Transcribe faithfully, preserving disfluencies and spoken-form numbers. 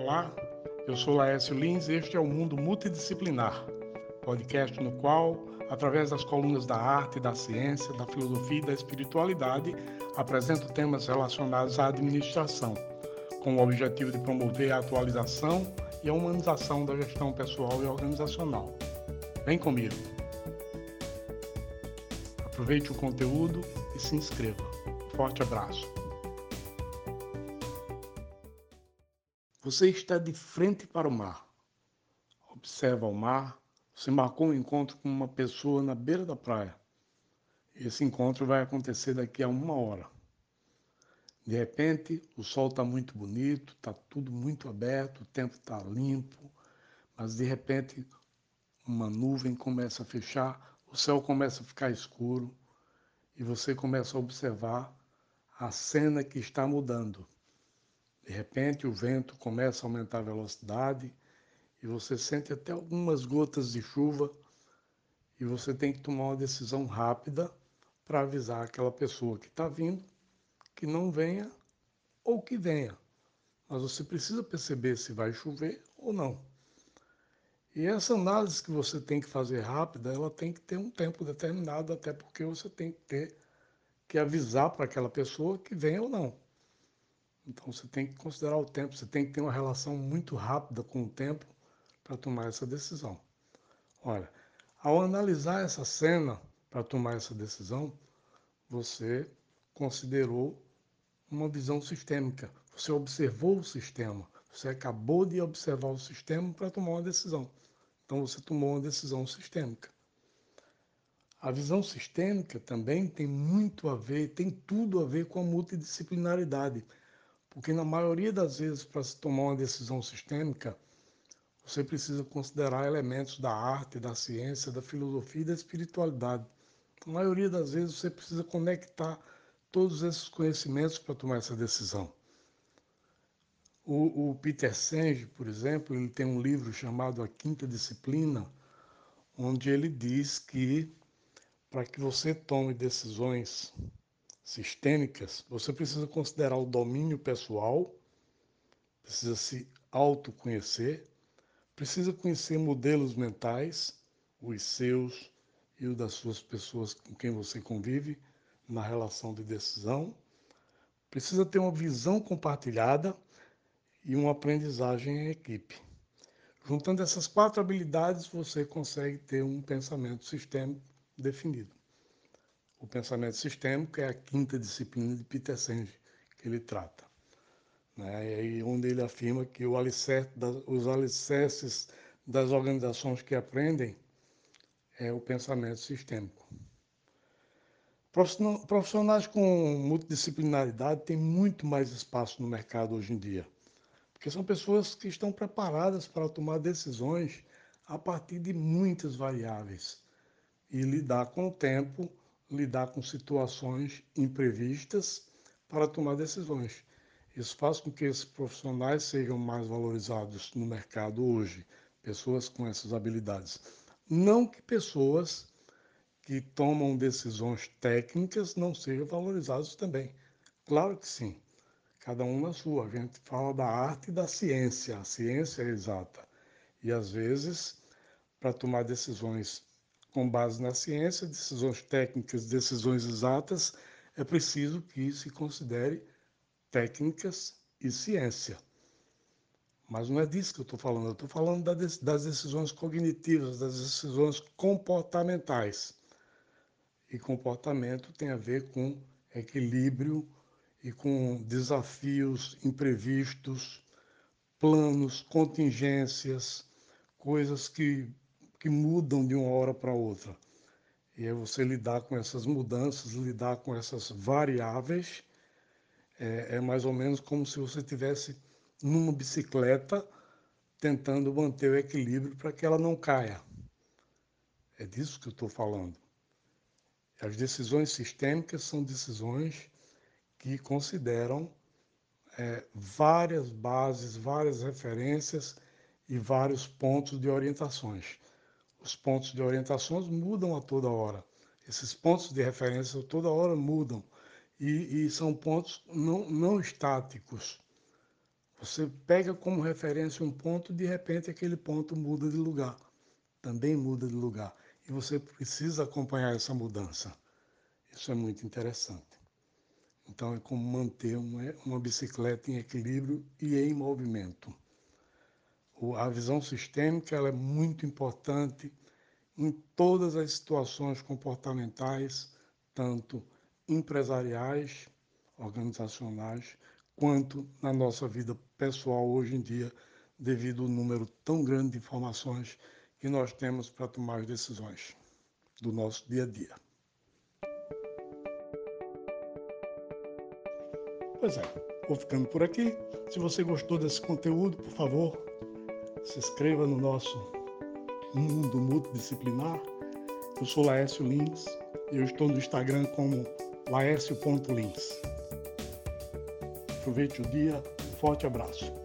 Olá, eu sou Laércio Lins e este é o Mundo Multidisciplinar, podcast no qual, através das colunas da arte, da ciência, da filosofia e da espiritualidade, apresento temas relacionados à administração, com o objetivo de promover a atualização e a humanização da gestão pessoal e organizacional. Vem comigo! Aproveite o conteúdo e se inscreva. Forte abraço! Você está de frente para o mar. Observa o mar. Você marcou um encontro com uma pessoa na beira da praia. Esse encontro vai acontecer daqui a uma hora. De repente, o sol está muito bonito, está tudo muito aberto, o tempo está limpo, mas de repente uma nuvem começa a fechar, o céu começa a ficar escuro e você começa a observar a cena que está mudando. De repente, o vento começa a aumentar a velocidade e você sente até algumas gotas de chuva e você tem que tomar uma decisão rápida para avisar aquela pessoa que está vindo que não venha ou que venha. Mas você precisa perceber se vai chover ou não. E essa análise que você tem que fazer rápida, ela tem que ter um tempo determinado, até porque você tem que ter que avisar para aquela pessoa que venha ou não. Então você tem que considerar o tempo, você tem que ter uma relação muito rápida com o tempo para tomar essa decisão. Olha, ao analisar essa cena para tomar essa decisão, você considerou uma visão sistêmica. Você observou o sistema. Você acabou de observar o sistema para tomar uma decisão. Então você tomou uma decisão sistêmica. A visão sistêmica também tem muito a ver, tem tudo a ver com a multidisciplinaridade. Porque na maioria das vezes, para se tomar uma decisão sistêmica, você precisa considerar elementos da arte, da ciência, da filosofia e da espiritualidade. Na maioria das vezes, você precisa conectar todos esses conhecimentos para tomar essa decisão. O, o Peter Senge, por exemplo, ele tem um livro chamado A Quinta Disciplina, onde ele diz que para que você tome decisões sistêmicas, você precisa considerar o domínio pessoal, precisa se autoconhecer, precisa conhecer modelos mentais, os seus e os das suas pessoas com quem você convive na relação de decisão. Precisa ter uma visão compartilhada e uma aprendizagem em equipe. Juntando essas quatro habilidades, você consegue ter um pensamento sistêmico definido. O pensamento sistêmico é a quinta disciplina de Peter Senge que ele trata. Né? E aí, onde ele afirma que o alicerce das, os alicerces das organizações que aprendem é o pensamento sistêmico. Profissionais com multidisciplinaridade têm muito mais espaço no mercado hoje em dia, porque são pessoas que estão preparadas para tomar decisões a partir de muitas variáveis e lidar com o tempo, lidar com situações imprevistas para tomar decisões. Isso faz com que esses profissionais sejam mais valorizados no mercado hoje, pessoas com essas habilidades. Não que pessoas que tomam decisões técnicas não sejam valorizadas também. Claro que sim, cada um na sua. A gente fala da arte e da ciência, a ciência é exata. E às vezes, para tomar decisões com base na ciência, decisões técnicas, decisões exatas, é preciso que se considere técnicas e ciência. Mas não é disso que eu estou falando, eu estou falando das decisões cognitivas, das decisões comportamentais. E comportamento tem a ver com equilíbrio e com desafios imprevistos, planos, contingências, coisas que, que mudam de uma hora para outra. E é você lidar com essas mudanças, lidar com essas variáveis, é, é mais ou menos como se você estivesse numa bicicleta tentando manter o equilíbrio para que ela não caia. É disso que eu estou falando. As decisões sistêmicas são decisões que consideram é, várias bases, várias referências e vários pontos de orientações. Os pontos de orientações mudam a toda hora. Esses pontos de referência a toda hora mudam. E, e são pontos não, não estáticos. Você pega como referência um ponto, de repente aquele ponto muda de lugar, também muda de lugar. E você precisa acompanhar essa mudança. Isso é muito interessante. Então é como manter uma, uma bicicleta em equilíbrio e em movimento. O, a visão sistêmica ela é muito importante em todas as situações comportamentais, tanto empresariais, organizacionais, quanto na nossa vida pessoal hoje em dia, devido ao número tão grande de informações que nós temos para tomar as decisões do nosso dia a dia. Pois é, vou ficando por aqui. Se você gostou desse conteúdo, por favor, se inscreva no nosso Mundo Multidisciplinar. Eu sou Laércio Lins e eu estou no Instagram como laércio ponto lins. Aproveite o dia, um forte abraço.